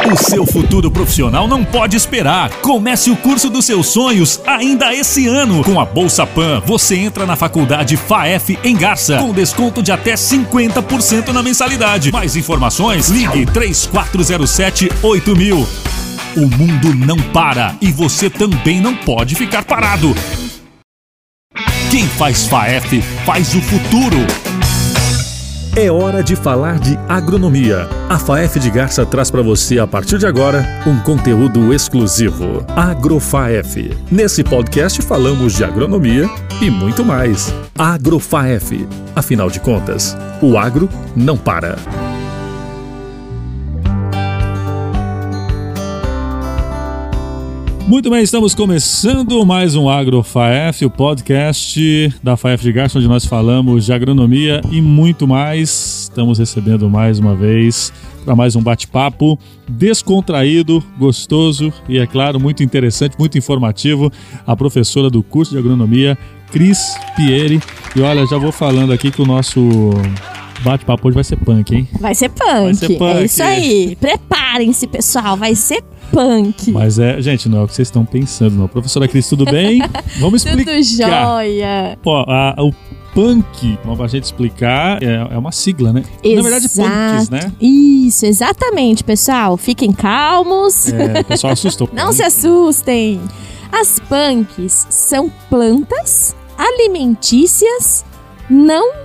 O seu futuro profissional não pode esperar. Comece o curso dos seus sonhos ainda esse ano. Com a Bolsa Pan, você entra na Faculdade FAEF em Garça, com desconto de até 50% na mensalidade. Mais informações, ligue 3407-8000. O mundo não para e você também não pode ficar parado. Quem faz FAEF faz o futuro. É hora de falar de agronomia. A FAEF de Garça traz para você, a partir de agora, um conteúdo exclusivo. AgroFAEF. Nesse podcast falamos de agronomia e muito mais. AgroFAEF. Afinal de contas, o agro não para. Muito bem, estamos começando mais um AgroFAEF, o podcast da FAEF de Garça, onde nós falamos de agronomia e muito mais. Estamos recebendo mais uma vez para mais um bate-papo descontraído, gostoso e, é claro, muito interessante, muito informativo, a professora do curso de agronomia, Cris Pieri. E olha, já vou falando aqui que o nosso bate-papo hoje vai ser punk, hein? Vai ser punk. É isso aí. Preparem-se, pessoal. Vai ser punk. Mas gente, não é o que vocês estão pensando, não. Professora Cris, tudo bem? Vamos explicar. Tudo jóia. O punk, vamos pra gente explicar, é uma sigla, né? Exato. Na verdade, punks, né? Isso, exatamente, pessoal. Fiquem calmos. O pessoal assustou. Não se assustem. As punks são plantas alimentícias não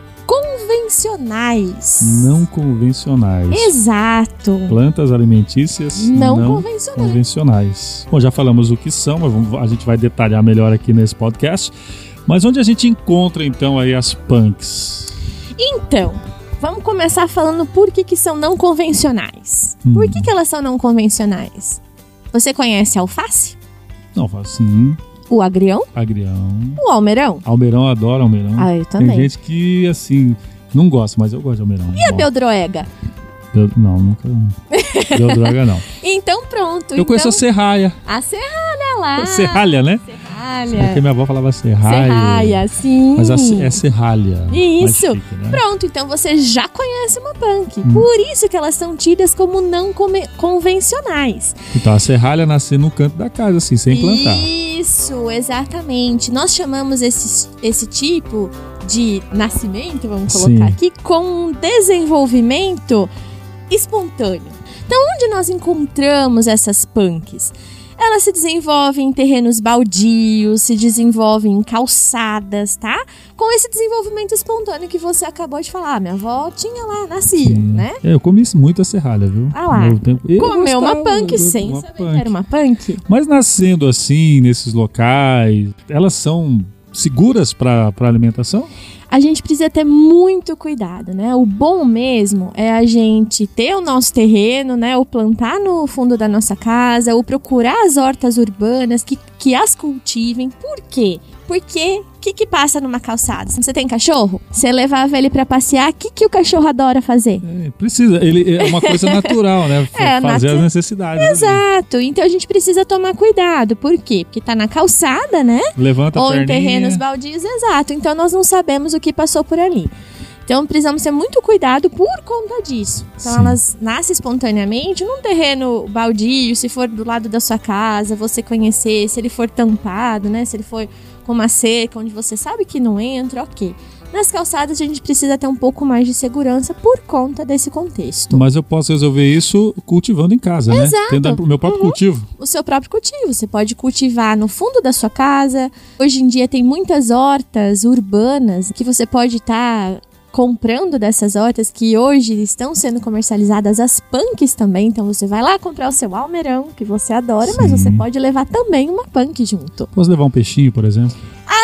convencionais. Não convencionais. Exato. Plantas alimentícias não convencionais. Bom, já falamos o que são, mas a gente vai detalhar melhor aqui nesse podcast. Mas onde a gente encontra, então, aí as punks? Então, vamos começar falando por que são não convencionais. Por que elas são não convencionais? Você conhece a alface? Não, sim. O agrião? Agrião. O almeirão? Almeirão, adoro almeirão. Ah, eu também. Tem gente que, assim, não gosta, mas eu gosto de almeirão. E a beldroega? Não, nunca. Beldroega não. Então pronto. Eu conheço a serraia. A serralha lá. Serralha, né? Serralha. Porque minha avó falava serraia. Serralha, sim. Mas é serralha. Isso. Chique, né? Pronto, então você já conhece uma punk. Por isso que elas são tidas como não convencionais. Então a serralha nasce no canto da casa, assim, sem plantar. Isso, exatamente. Nós chamamos esse tipo de nascimento, vamos colocar aqui, com um desenvolvimento espontâneo. Então, onde nós encontramos essas punks? Elas se desenvolvem em terrenos baldios, se desenvolvem em calçadas, tá? Com esse desenvolvimento espontâneo que você acabou de falar. Minha avó tinha lá, nascia, né? Eu comi muito a serralha, viu? Ah lá. Comeu uma punk sem saber que era uma punk. Mas nascendo assim, nesses locais, elas são seguras para alimentação? A gente precisa ter muito cuidado, né? O bom mesmo é a gente ter o nosso terreno, né? Ou plantar no fundo da nossa casa, ou procurar as hortas urbanas que as cultivem. Por quê? Porque o que passa numa calçada? Se você tem cachorro, você levava ele pra passear, o que o cachorro adora fazer? Precisa, ele é uma coisa natural, né? Fazer as necessidades. Exato, então a gente precisa tomar cuidado. Por quê? Porque tá na calçada, né? Levanta a perninha. Ou em terrenos baldios, exato. Então nós não sabemos o que passou por ali. Então precisamos ter muito cuidado por conta disso. Então elas nascem espontaneamente num terreno baldio, se for do lado da sua casa, você conhecer, se ele for tampado, né? Se ele for com uma cerca, onde você sabe que não entra, ok. Nas calçadas a gente precisa ter um pouco mais de segurança por conta desse contexto. Mas eu posso resolver isso cultivando em casa, né? Exato. Tendo o meu próprio cultivo. O seu próprio cultivo. Você pode cultivar no fundo da sua casa. Hoje em dia tem muitas hortas urbanas que você pode estar comprando dessas hortas que hoje estão sendo comercializadas, as punks também. Então você vai lá comprar o seu almeirão, que você adora, mas você pode levar também uma punk junto. Posso levar um peixinho, por exemplo?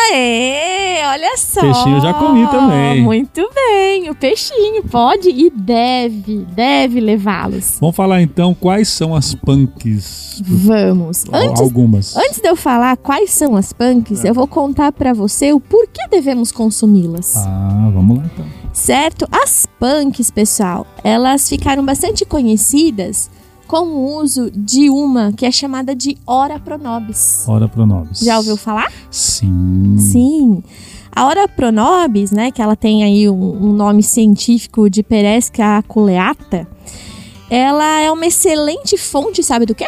Aê, olha só. Peixinho eu já comi também. Muito bem, o peixinho pode e deve levá-los. Vamos falar então quais são as punks. Vamos. Algumas. Antes de eu falar quais são as punks, eu vou contar pra você o porquê devemos consumi-las. Vamos lá então. Certo? As punks, pessoal, elas ficaram bastante conhecidas com o uso de uma que é chamada de Ora Pro Nobis. Ora Pro Nobis. Já ouviu falar? Sim. Sim. A Ora Pro Nobis, né, que ela tem aí um nome científico de Peresca aculeata, ela é uma excelente fonte, sabe do quê?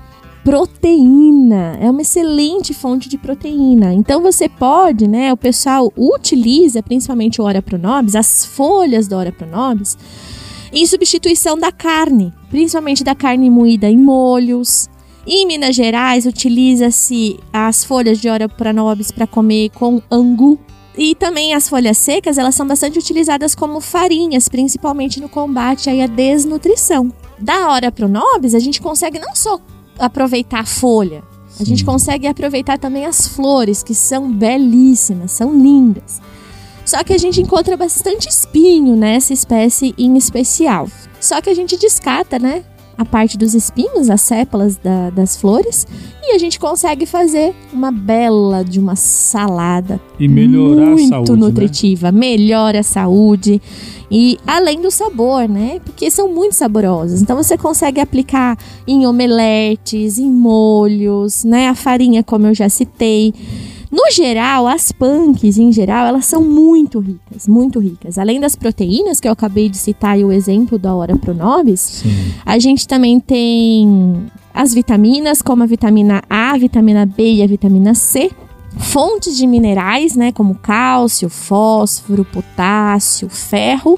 Proteína. É uma excelente fonte de proteína. Então você pode, né? O pessoal utiliza, principalmente o Ora Pro Nobis, as folhas do Ora Pro Nobis, em substituição da carne, principalmente da carne moída em molhos. Em Minas Gerais, utiliza-se as folhas de Ora Pro Nobis para comer com angu. E também as folhas secas, elas são bastante utilizadas como farinhas, principalmente no combate aí à desnutrição. Da Ora Pro Nobis, a gente consegue não só aproveitar a folha, a gente consegue aproveitar também as flores, que são belíssimas, são lindas. Só que a gente encontra bastante espinho nessa espécie em especial. Só que a gente descata, né, a parte dos espinhos, as sépalas das flores, e a gente consegue fazer uma bela de uma salada e melhorar muito a saúde, nutritiva, né? Melhora a saúde e além do sabor, né? Porque são muito saborosas. Então você consegue aplicar em omeletes, em molhos, né? A farinha, como eu já citei. No geral, as punks, em geral, elas são muito ricas, muito ricas. Além das proteínas, que eu acabei de citar e o exemplo da Ora Pro Nobis, a gente também tem as vitaminas, como a vitamina A, a vitamina B e a vitamina C. Fontes de minerais, né, como cálcio, fósforo, potássio, ferro.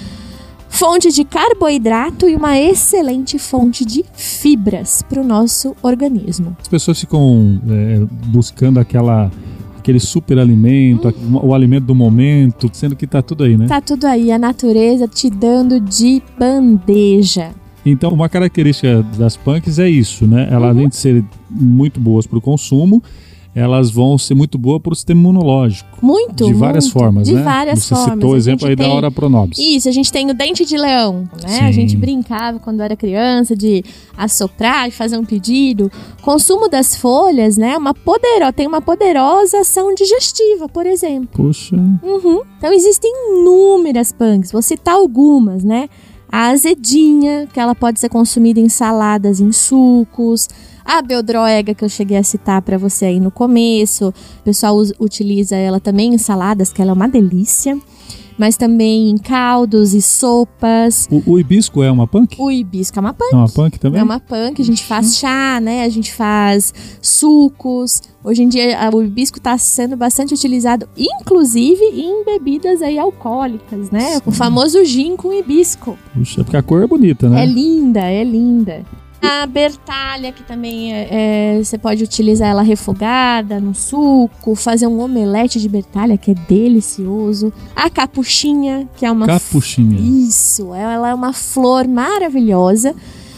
Fonte de carboidrato e uma excelente fonte de fibras para o nosso organismo. As pessoas ficam buscando aquele super alimento, o alimento do momento, sendo que tá tudo aí, né? Tá tudo aí, a natureza te dando de bandeja. Então, uma característica das punks é isso, né? Elas, além de serem muito boas para o consumo, elas vão ser muito boas para o sistema imunológico. Muito, de várias formas, de né? Várias formas. Você citou o exemplo aí da Ora Pro Nobis. Isso, a gente tem o dente de leão, né? Sim. A gente brincava quando era criança de assoprar e fazer um pedido. Consumo das folhas, né? Tem uma poderosa ação digestiva, por exemplo. Poxa. Então existem inúmeras punks, vou citar algumas, né? A azedinha, que ela pode ser consumida em saladas, em sucos. A beldroega, que eu cheguei a citar para você aí no começo. O pessoal utiliza ela também em saladas, que ela é uma delícia. Mas também em caldos e sopas. O hibisco é uma punk? O hibisco é uma punk. É uma punk também? É uma punk. A gente faz chá, né? A gente faz sucos. Hoje em dia o hibisco está sendo bastante utilizado, inclusive em bebidas aí alcoólicas, né? Sim. O famoso gin com hibisco. Puxa, porque a cor é bonita, né? É linda, é linda. A bertalha, que também você pode utilizar ela refogada no suco, fazer um omelete de bertalha, que é delicioso. A capuchinha, que é uma... Capuchinha. Isso, ela é uma flor maravilhosa.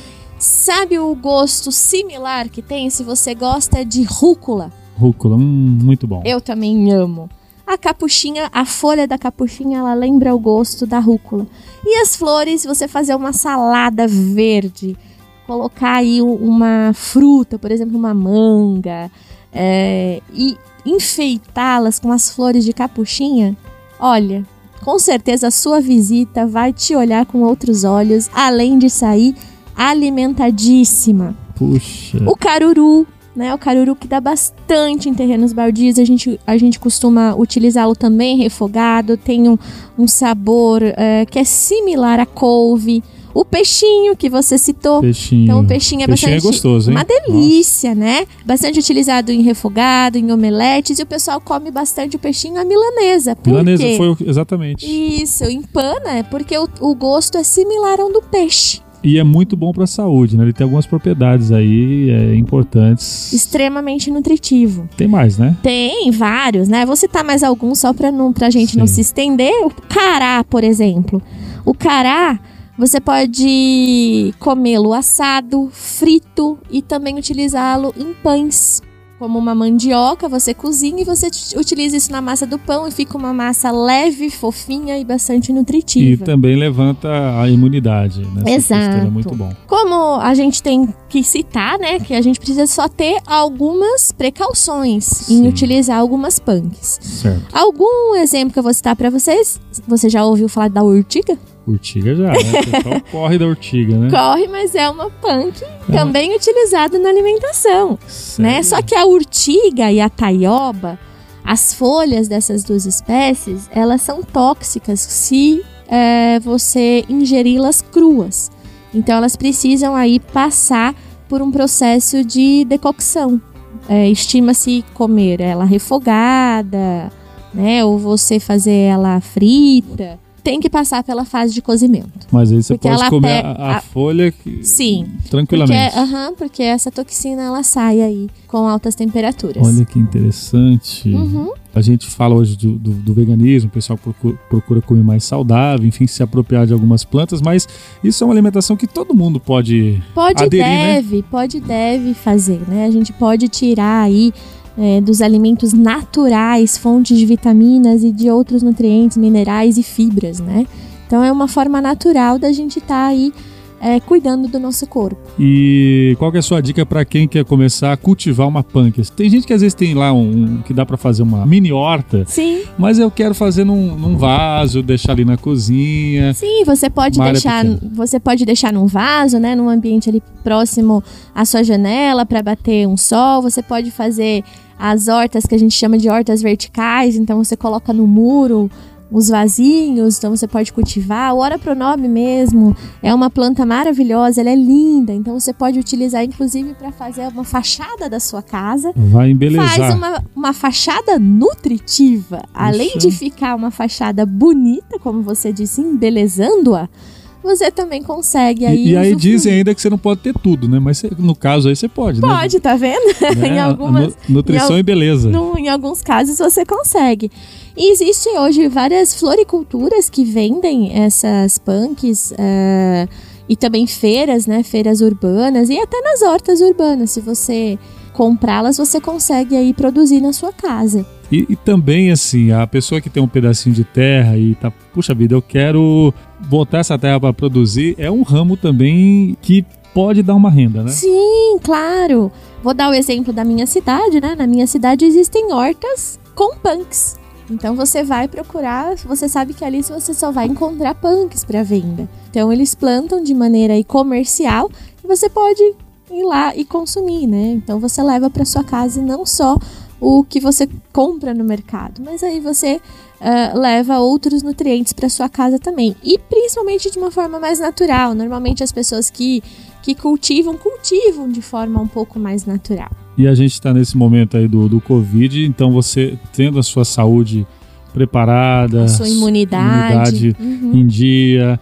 Sabe o gosto similar que tem se você gosta de rúcula? Rúcula, muito bom. Eu também amo. A capuchinha, a folha da capuchinha, ela lembra o gosto da rúcula. E as flores, você fazer uma salada verde, colocar aí uma fruta, por exemplo, uma manga, e enfeitá-las com as flores de capuchinha, olha, com certeza a sua visita vai te olhar com outros olhos, além de sair alimentadíssima. Puxa. O caruru, né? O caruru que dá bastante em terrenos baldios, a gente costuma utilizá-lo também refogado, tem um sabor que é similar à couve. O peixinho que você citou. Peixinho. Então o peixinho é bastante... é gostoso, hein? Uma delícia, né? Bastante utilizado em refogado, em omeletes. E o pessoal come bastante o peixinho à milanesa. Por milanesa, quê? foi exatamente. Isso, empana, porque o gosto é similar ao do peixe. E é muito bom para a saúde, né? Ele tem algumas propriedades aí importantes. Extremamente nutritivo. Tem mais, né? Tem vários, né? Vou citar mais alguns só pra gente não se estender. O cará, por exemplo. O cará... Você pode comê-lo assado, frito e também utilizá-lo em pães. Como uma mandioca, você cozinha e você utiliza isso na massa do pão e fica uma massa leve, fofinha e bastante nutritiva. E também levanta a imunidade, né? Exato. É muito bom. Como a gente tem que citar, né, que a gente precisa só ter algumas precauções em utilizar algumas punks. Certo. Algum exemplo que eu vou citar para vocês? Você já ouviu falar da urtiga? Urtiga já, né? O pessoal corre da urtiga, né? Corre, mas é uma punk também utilizada na alimentação, né? Só que a urtiga e a taioba, as folhas dessas duas espécies, elas são tóxicas se você ingeri-las cruas. Então elas precisam aí passar por um processo de decocção. Estima-se comer ela refogada, né? Ou você fazer ela frita. Tem que passar pela fase de cozimento. Mas aí você pode comer a folha sim, tranquilamente. Porque essa toxina ela sai aí com altas temperaturas. Olha que interessante. Uhum. A gente fala hoje do veganismo, o pessoal procura comer mais saudável, enfim, se apropriar de algumas plantas, mas isso é uma alimentação que todo mundo pode aderir, pode e deve fazer, né? A gente pode tirar aí dos alimentos naturais, fontes de vitaminas e de outros nutrientes, minerais e fibras, né? Então é uma forma natural da gente estar aí cuidando do nosso corpo. E qual que é a sua dica para quem quer começar a cultivar uma pâncreas? Tem gente que às vezes tem lá que dá para fazer uma mini horta. Sim. Mas eu quero fazer num vaso, deixar ali na cozinha. Sim, você pode deixar num vaso, né, num ambiente ali próximo à sua janela para bater um sol. Você pode fazer as hortas que a gente chama de hortas verticais, então você coloca no muro os vasinhos, então você pode cultivar. O Ora Pronome mesmo é uma planta maravilhosa, ela é linda, então você pode utilizar inclusive para fazer uma fachada da sua casa. Vai embelezar. Faz uma fachada nutritiva, além de ficar uma fachada bonita, como você disse, embelezando-a, você também consegue aí. E aí dizem ainda que você não pode ter tudo, né? Mas no caso aí você pode, né? Pode, tá vendo? Né? Em algumas, nutrição e beleza. Em alguns casos você consegue. E existem hoje várias floriculturas que vendem essas punks e também feiras, né? Feiras urbanas e até nas hortas urbanas. Se você comprá-las, você consegue aí produzir na sua casa. E também, assim, a pessoa que tem um pedacinho de terra e tá, puxa vida, eu quero botar essa terra para produzir, é um ramo também que pode dar uma renda, né? Sim, claro. Vou dar o exemplo da minha cidade, né? Na minha cidade existem hortas com punks. Então você vai procurar, você sabe que ali você só vai encontrar punks para venda. Então eles plantam de maneira aí comercial e você pode ir lá e consumir, né? Então você leva para sua casa não só o que você compra no mercado, mas aí você leva outros nutrientes para sua casa também, e principalmente de uma forma mais natural. Normalmente as pessoas que cultivam de forma um pouco mais natural. E a gente está nesse momento aí do Covid, então você tendo a sua saúde preparada, a sua imunidade em dia.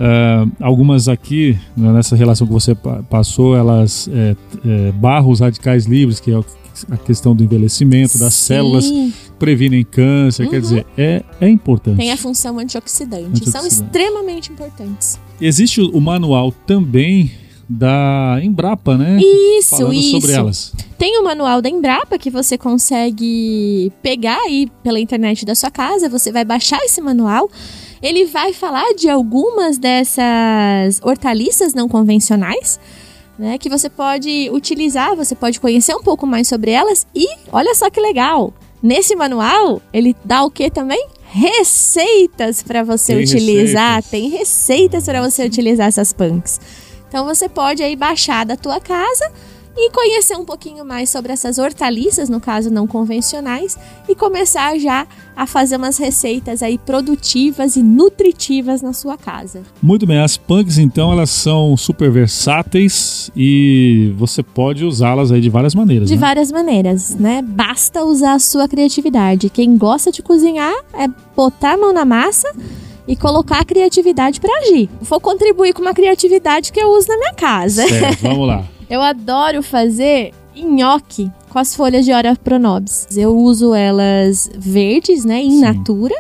Algumas aqui, nessa relação que você passou, elas barram os radicais livres, que é a questão do envelhecimento, das células, previnem câncer, quer dizer, é importante. Tem a função antioxidante, são extremamente importantes. Existe o manual também da Embrapa, né? Isso. Sobre elas. Tem o manual da Embrapa que você consegue pegar aí pela internet da sua casa, você vai baixar esse manual. Ele vai falar de algumas dessas hortaliças não convencionais, né, que você pode utilizar, você pode conhecer um pouco mais sobre elas. E olha só que legal, nesse manual ele dá o que também? Receitas para você utilizar. Tem receitas para você utilizar essas punks. Então você pode aí baixar da tua casa e conhecer um pouquinho mais sobre essas hortaliças, no caso não convencionais, e começar já a fazer umas receitas aí produtivas e nutritivas na sua casa. Muito bem, as punks então elas são super versáteis e você pode usá-las aí de várias maneiras. De várias maneiras, né? Basta usar a sua criatividade. Quem gosta de cozinhar é botar a mão na massa e colocar a criatividade para agir. Vou contribuir com uma criatividade que eu uso na minha casa. Certo, vamos lá. Eu adoro fazer nhoque com as folhas de Ora Pronobis. Eu uso elas verdes, né, in natura.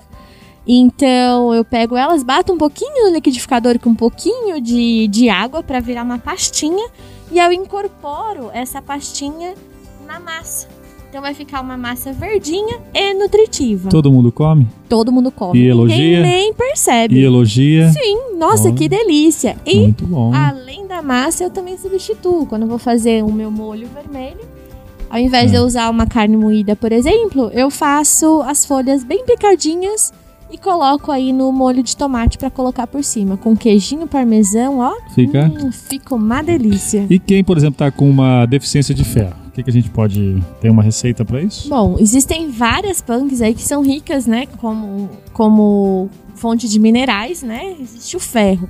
Então eu pego elas, bato um pouquinho no liquidificador com um pouquinho de água para virar uma pastinha. E eu incorporo essa pastinha na massa. Então vai ficar uma massa verdinha e nutritiva. Todo mundo come? Todo mundo come. E elogia? Ninguém nem percebe. E elogia? Sim, nossa, que delícia. E muito bom. Além da massa, eu também substituo. Quando eu vou fazer o meu molho vermelho, ao invés de eu usar uma carne moída, por exemplo, eu faço as folhas bem picadinhas e coloco aí no molho de tomate para colocar por cima. Com queijinho parmesão, ó. Fica uma delícia. E quem, por exemplo, tá com uma deficiência de ferro? O que a gente pode... Tem uma receita para isso? Bom, existem várias punks aí que são ricas, né? Como fonte de minerais, né? Existe o ferro.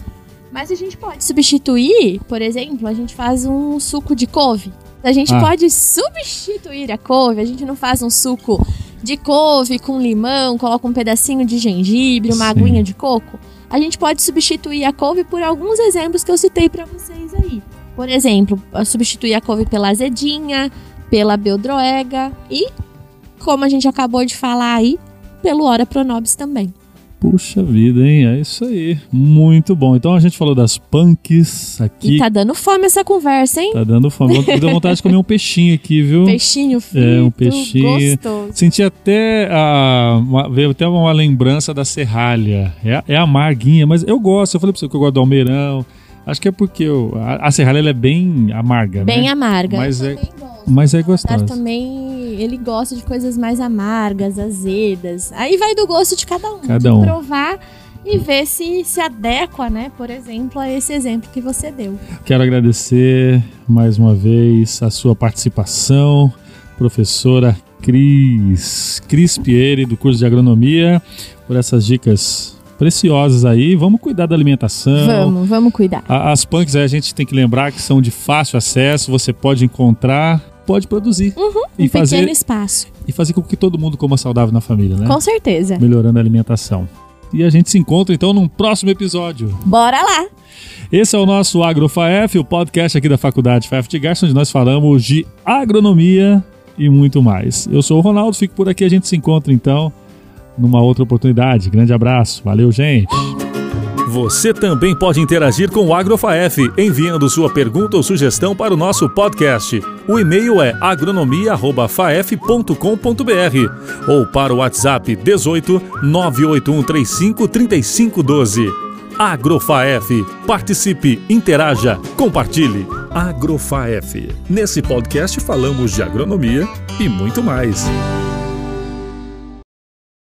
Mas a gente pode substituir, por exemplo, a gente faz um suco de couve. A gente pode substituir a couve, a gente não faz um suco de couve com limão, coloca um pedacinho de gengibre, uma aguinha de coco. A gente pode substituir a couve por alguns exemplos que eu citei para vocês aí. Por exemplo, substituir a couve pela azedinha, pela beldroega e, como a gente acabou de falar aí, pelo Ora Pro Nobis também. Puxa vida, hein? É isso aí. Muito bom. Então a gente falou das punks aqui. E tá dando fome essa conversa, hein? Tá dando fome. Me deu vontade de comer um peixinho aqui, viu? Peixinho frito, um peixinho. Gostoso. Senti até veio até uma lembrança da serralha. É amarguinha, mas eu gosto. Eu falei pra você que eu gosto do almeirão. Acho que é porque a serralha ela é bem amarga, bem né? amarga. Mas é gostosa. Também ele gosta de coisas mais amargas, azedas. Aí vai do gosto de cada um. Provar e ver se adequa, né? Por exemplo, a esse exemplo que você deu. Quero agradecer mais uma vez a sua participação, professora Cris Pieri, do curso de agronomia, por essas dicas preciosas aí. Vamos cuidar da alimentação. Vamos cuidar. As punks a gente tem que lembrar que são de fácil acesso, você pode encontrar, pode produzir. E fazer pequeno espaço. E fazer com que todo mundo coma saudável na família, né? Com certeza. Melhorando a alimentação. E a gente se encontra então num próximo episódio. Bora lá! Esse é o nosso AgroFaef, o podcast aqui da Faculdade FAEF de Garça, onde nós falamos de agronomia e muito mais. Eu sou o Ronaldo, fico por aqui, a gente se encontra então numa outra oportunidade. Grande abraço, valeu, gente! Você também pode interagir com o AgroFaef, enviando sua pergunta ou sugestão para o nosso podcast. O e-mail é agronomia@faef.com.br ou para o WhatsApp 18 981 35 3512. AgroFaef. Participe, interaja, compartilhe. AgroFaef. Nesse podcast falamos de agronomia e muito mais.